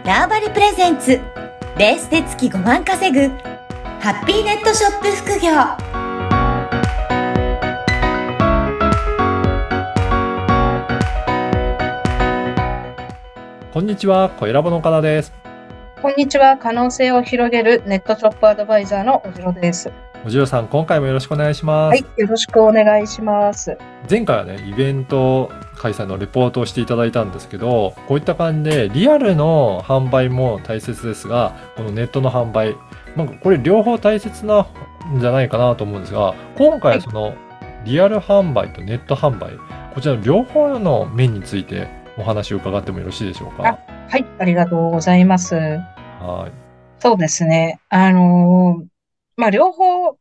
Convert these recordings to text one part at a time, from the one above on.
ターバリプレゼンツベースで月5万稼ぐハッピーネットショップ副業。 こんにちは、小ラボの岡田です。 こんにちは。可能性を広げるネットショップアドバイザーのおじろです。 おじろさん、今回もよろしくお願いします。 はい、よろしくお願いします。 前回はね、イベント開催のレポートをしていただいたんですけど、こういった感じでリアルの販売も大切ですが、このネットの販売、これ両方大切なんじゃないかなと思うんですが、今回はそのリアル販売とネット販売、こちらの両方の面についてお話を伺ってもよろしいでしょうか。 はい、ありがとうございます。 はい。 そうですね。両方、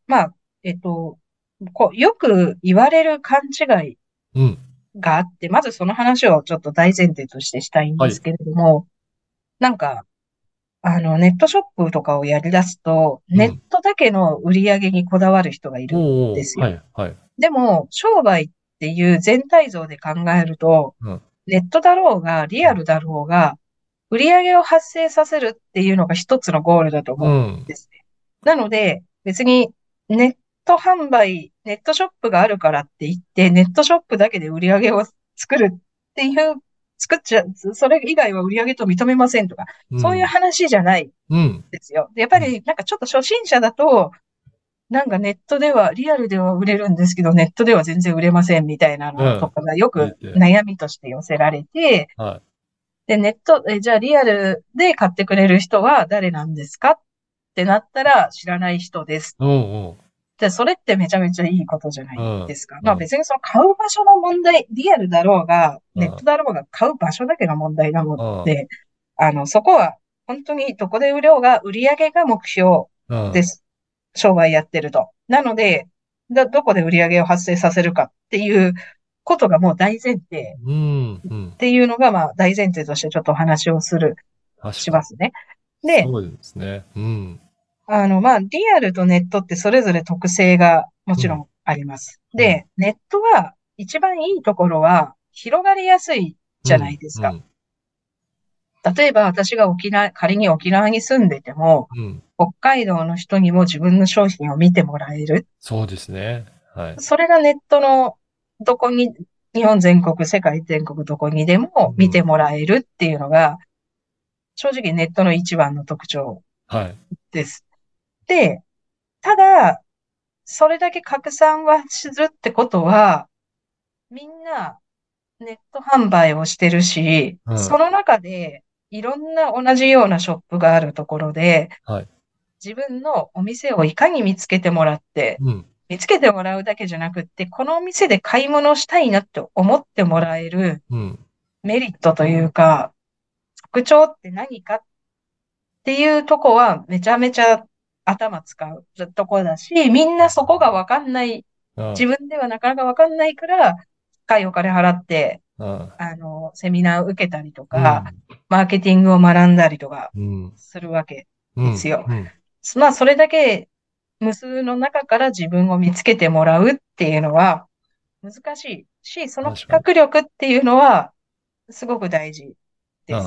よく言われる勘違いがあって、まずその話をちょっと大前提としてしたいんですけれども、ネットショップとかをやり出すと、ネットだけの売り上げにこだわる人がいるんですよ。でも、商売っていう全体像で考えると、ネットだろうが、リアルだろうが、売り上げを発生させるっていうのが一つのゴールだと思うんですね。なので、別にネット販売、ネットショップがあるからって言って、ネットショップだけで売り上げを作るっていう、作っちゃう、それ以外は売り上げと認めませんとか、そういう話じゃないですよ。でやっぱりちょっと初心者だと、ネットでは、リアルでは売れるんですけど、ネットでは全然売れませんみたいなのとかがよく悩みとして寄せられて、で、ネット、じゃあリアルで買ってくれる人は誰なんですかってなったら知らない人です。で、それってめちゃめちゃいいことじゃないですか。別にその買う場所の問題、リアルだろうが、ネットだろうが買う場所だけの問題なので、そこは本当にどこで売ろうが売り上げが目標です。商売やってると。なので、どこで売り上げを発生させるかっていうことがもう大前提っていうのが大前提としてちょっとお話をしますね。で、 そうですね。 リアルとネットってそれぞれ特性がもちろんあります。で、ネットは一番いいところは広がりやすいじゃないですか。例えば私が仮に沖縄に住んでても、北海道の人にも自分の商品を見てもらえる。 そうですね。はい。 それがネットの日本全国、世界全国どこにでも見てもらえるっていうのが、正直ネットの一番の特徴です。で、ただ、それだけ拡散はするってことは、みんなネット販売をしてるし、その中でいろんな同じようなショップがあるところで、自分のお店をいかに見つけてもらって、見つけてもらうだけじゃなくって、このお店で買い物したいなって思ってもらえるメリットというか、特徴って何かっていうとこはめちゃめちゃ頭使うとこだし、みんなそこがわかんない、自分ではなかなかわかんないから、高いお金払って、セミナーを受けたりとか、マーケティングを学んだりとかするわけですよ。それだけ無数の中から自分を見つけてもらうっていうのは難しいし、その企画力っていうのはすごく大事です。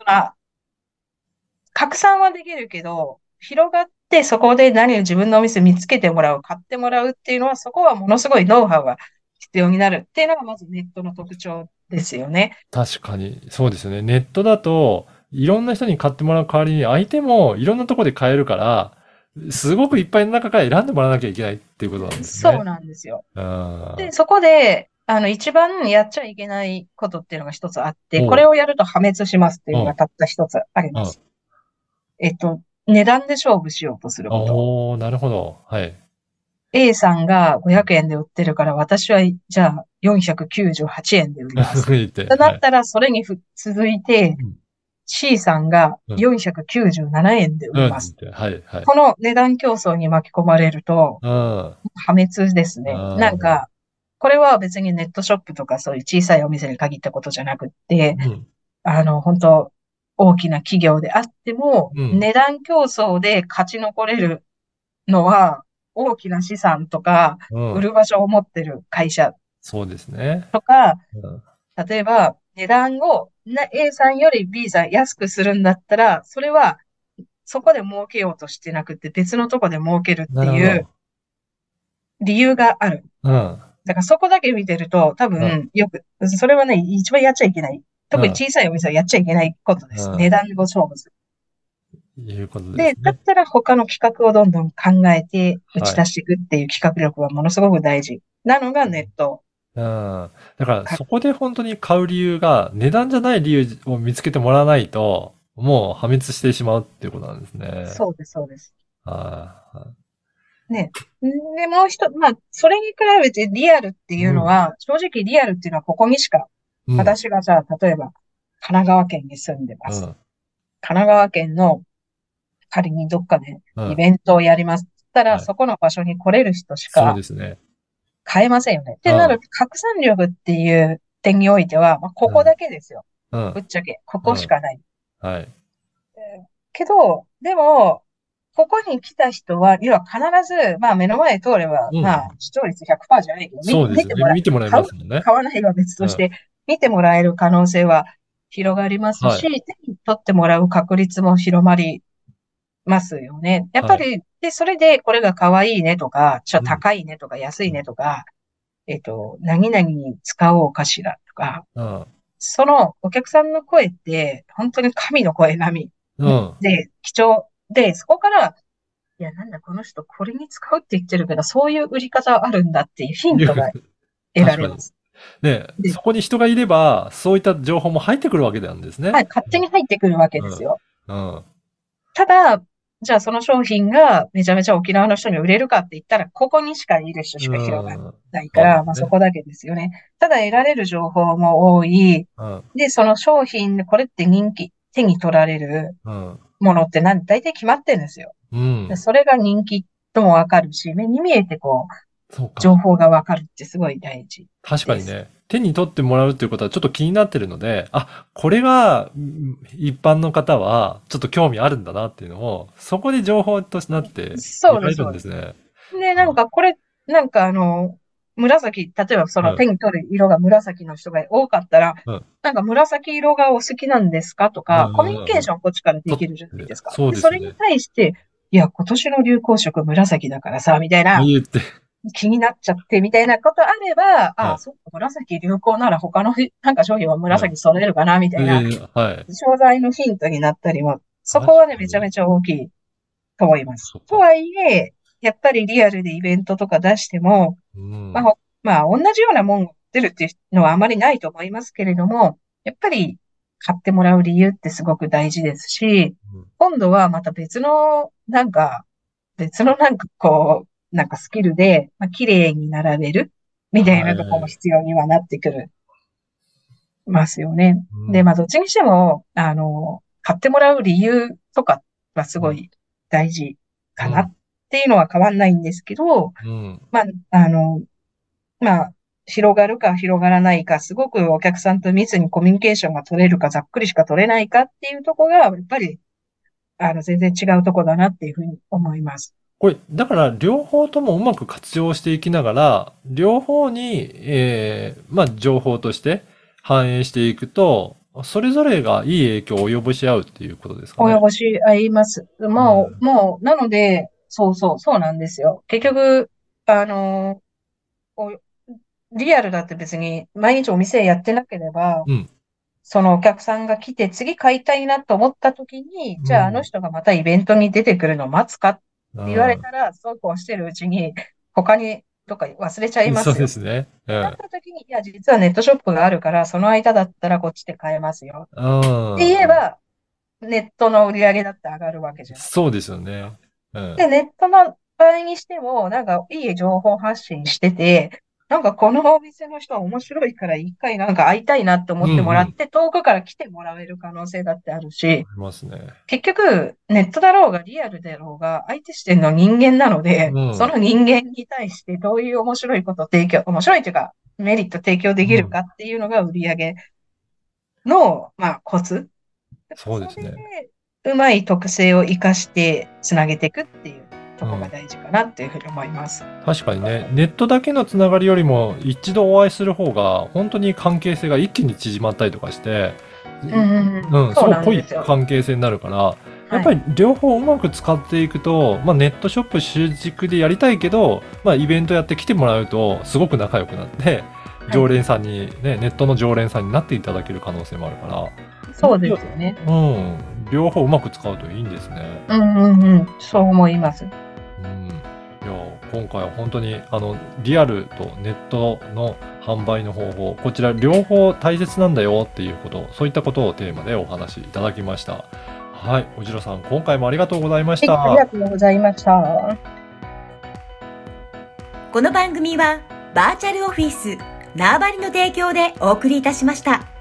拡散はできるけど、広がってそこで自分のお店見つけてもらう、買ってもらうっていうのは、そこはものすごいノウハウが必要になるっていうのがまずネットの特徴ですよね。 確かに、そうですよね。ネットだと、いろんな人に買ってもらう代わりに、相手もいろんなところで買えるから、すごくいっぱいの中から選んでもらわなきゃいけないっていうことなんですね。 そうなんですよ。で、そこで、一番やっちゃいけないことっていうのが一つあって、これをやると破滅しますっていうのがたった一つあります。値段で勝負しようとすること。 なるほど。はい。 A さんが500円で売ってるから、私はじゃあ498円で売ります。となったら、それに続いて、C さんが497円で売ります。この値段競争に巻き込まれると、破滅ですね。これは別にネットショップとかそういう小さいお店に限ったことじゃなくって、本当大きな企業であっても、値段競争で勝ち残れるのは、大きな資産とか、売る場所を持ってる会社。 そうですね。 とか、例えば、 値段をA さんより B さん安くするんだったら、それはそこで儲けようとしてなくて別のとこで儲けるっていう理由がある。 うん。 だからそこだけ見てると多分よく、それはね、一番やっちゃいけない。特に小さいお店はやっちゃいけないことです。値段を勝負する。 いうことですね。 で、だったら他の企画をどんどん考えて打ち出していくっていう企画力はものすごく大事なのがネット。 だからそこで本当に買う理由が値段じゃない理由を見つけてもらわないと、もう破滅してしまうっていうことなんですね。 そうです、そうです。 あね。で、もう一つ、まあ、それに比べてリアルっていうのは、正直リアルっていうのはここにしか、私がじゃあ、例えば、神奈川県に住んでます。神奈川県の仮にどっかでイベントをやります。ったら、そこの場所に来れる人しか買えませんよね。ってなると、拡散力っていう点においては、まあ、ここだけですよ。ぶっちゃけ。ここしかない。 はい。 けど、でも、ここに来た人は、要は必ず、まあ目の前通れば、まあ視聴率 100% じゃないけど、 見てもらえますもんね。 買わないは別として、見てもらえる可能性は広がりますし、手に取ってもらう確率も広まりますよね。やっぱり、で、それでこれが可愛いねとか、ちょっと高いねとか、安いねとか、何々に使おうかしらとか、そのお客さんの声って、本当に神の声並みで、貴重で、そこから、いや、なんだ、この人これに使うって言ってるけど、そういう売り方あるんだっていうヒントが得られます。 ね、そこに人がいれば、そういった情報も入ってくるわけなんですね。 はい、勝手に入ってくるわけですよ。ただ、じゃあその商品がめちゃめちゃ沖縄の人に売れるかって言ったら、ここにしかいる人しか広がらないから、まあそこだけですよね。ただ得られる情報も多い。で、その商品、これって人気、手に取られるものって大体決まってるんですよ。でそれが人気ともわかるし、目に見えてこう、情報がわかるってすごい大事。 確かにね。手に取ってもらうっていうことはちょっと気になってるので、あ、これが一般の方はちょっと興味あるんだなっていうのを、そこで情報となってそうですね。で、なんかこれ、なんか紫、例えばその手に取る色が紫の人が多かったら、なんか紫色がお好きなんですかとか、コミュニケーションこっちからできるじゃないですか。それに対して、いや、今年の流行色紫だからさ、みたいな。気になっちゃってみたいなことあれば、あ、そっか、紫流行なら他のなんか商品は紫揃えるかな、みたいな、商材のヒントになったりも、そこはね、めちゃめちゃ大きいと思います。とはいえ、やっぱりリアルでイベントとか出しても、まあ、同じようなもんを売ってるっていうのはあまりないと思いますけれども、やっぱり買ってもらう理由ってすごく大事ですし、今度はまた別のこう、なんかスキルで、まあ、綺麗に並べるみたいなところも必要にはなってくる、ますよね。で、まあ、どっちにしても、買ってもらう理由とかはすごい大事かなっていうのは変わんないんですけど、まあ、広がるか広がらないか、すごくお客さんと密にコミュニケーションが取れるか、ざっくりしか取れないかっていうところが、やっぱり、全然違うところだなっていうふうに思います。 これ、だから両方ともうまく活用していきながら、両方に、まあ、情報として反映していくと、それぞれがいい影響を及ぼし合うっていうことですかね。 及ぼし合います。もう、なので、そうなんですよ。結局、リアルだって別に毎日お店やってなければ、そのお客さんが来て次買いたいなと思った時に、じゃああの人がまたイベントに出てくるのを待つかって言われたら、そうこうしてるうちに他にどっか忘れちゃいますよ。 そうですね。 なった時に、いや、実はネットショップがあるから、その間だったらこっちで買えますよ。って言えば、ネットの売り上げだって上がるわけじゃない。 そうですよね。 で、ネットの場合にしても、なんかいい情報発信してて、なんかこのお店の人は面白いから一回なんか会いたいなって思ってもらって、遠くから来てもらえる可能性だってあるし、結局ネットだろうがリアルだろうが相手してるの人間なので、その人間に対してどういう面白いことを面白いというかメリット提供できるかっていうのが売り上げの、まあコツ。 そうですね。 うまい特性を活かしてつなげていくっていうとこが大事かなっていうふうに思います。 確かにね、ネットだけのつながりよりも一度お会いする方が本当に関係性が一気に縮まったりとかして、すごい濃い関係性になるから、やっぱり両方うまく使っていくと、ネットショップ主軸でやりたいけど、イベントやって来てもらうとすごく仲良くなって、常連さんにね、ネットの常連さんになっていただける可能性もあるから。 そうですよね。 両方うまく使うといいんですね。 そう思います。 いや、今回は本当にリアルとネットの販売の方法、こちら両方大切なんだよっていうこと、そういったことをテーマでお話しいただきました。はい、おじろさん、今回もありがとうございました。 ありがとうございました。 この番組はバーチャルオフィス縄張りの提供でお送りいたしました。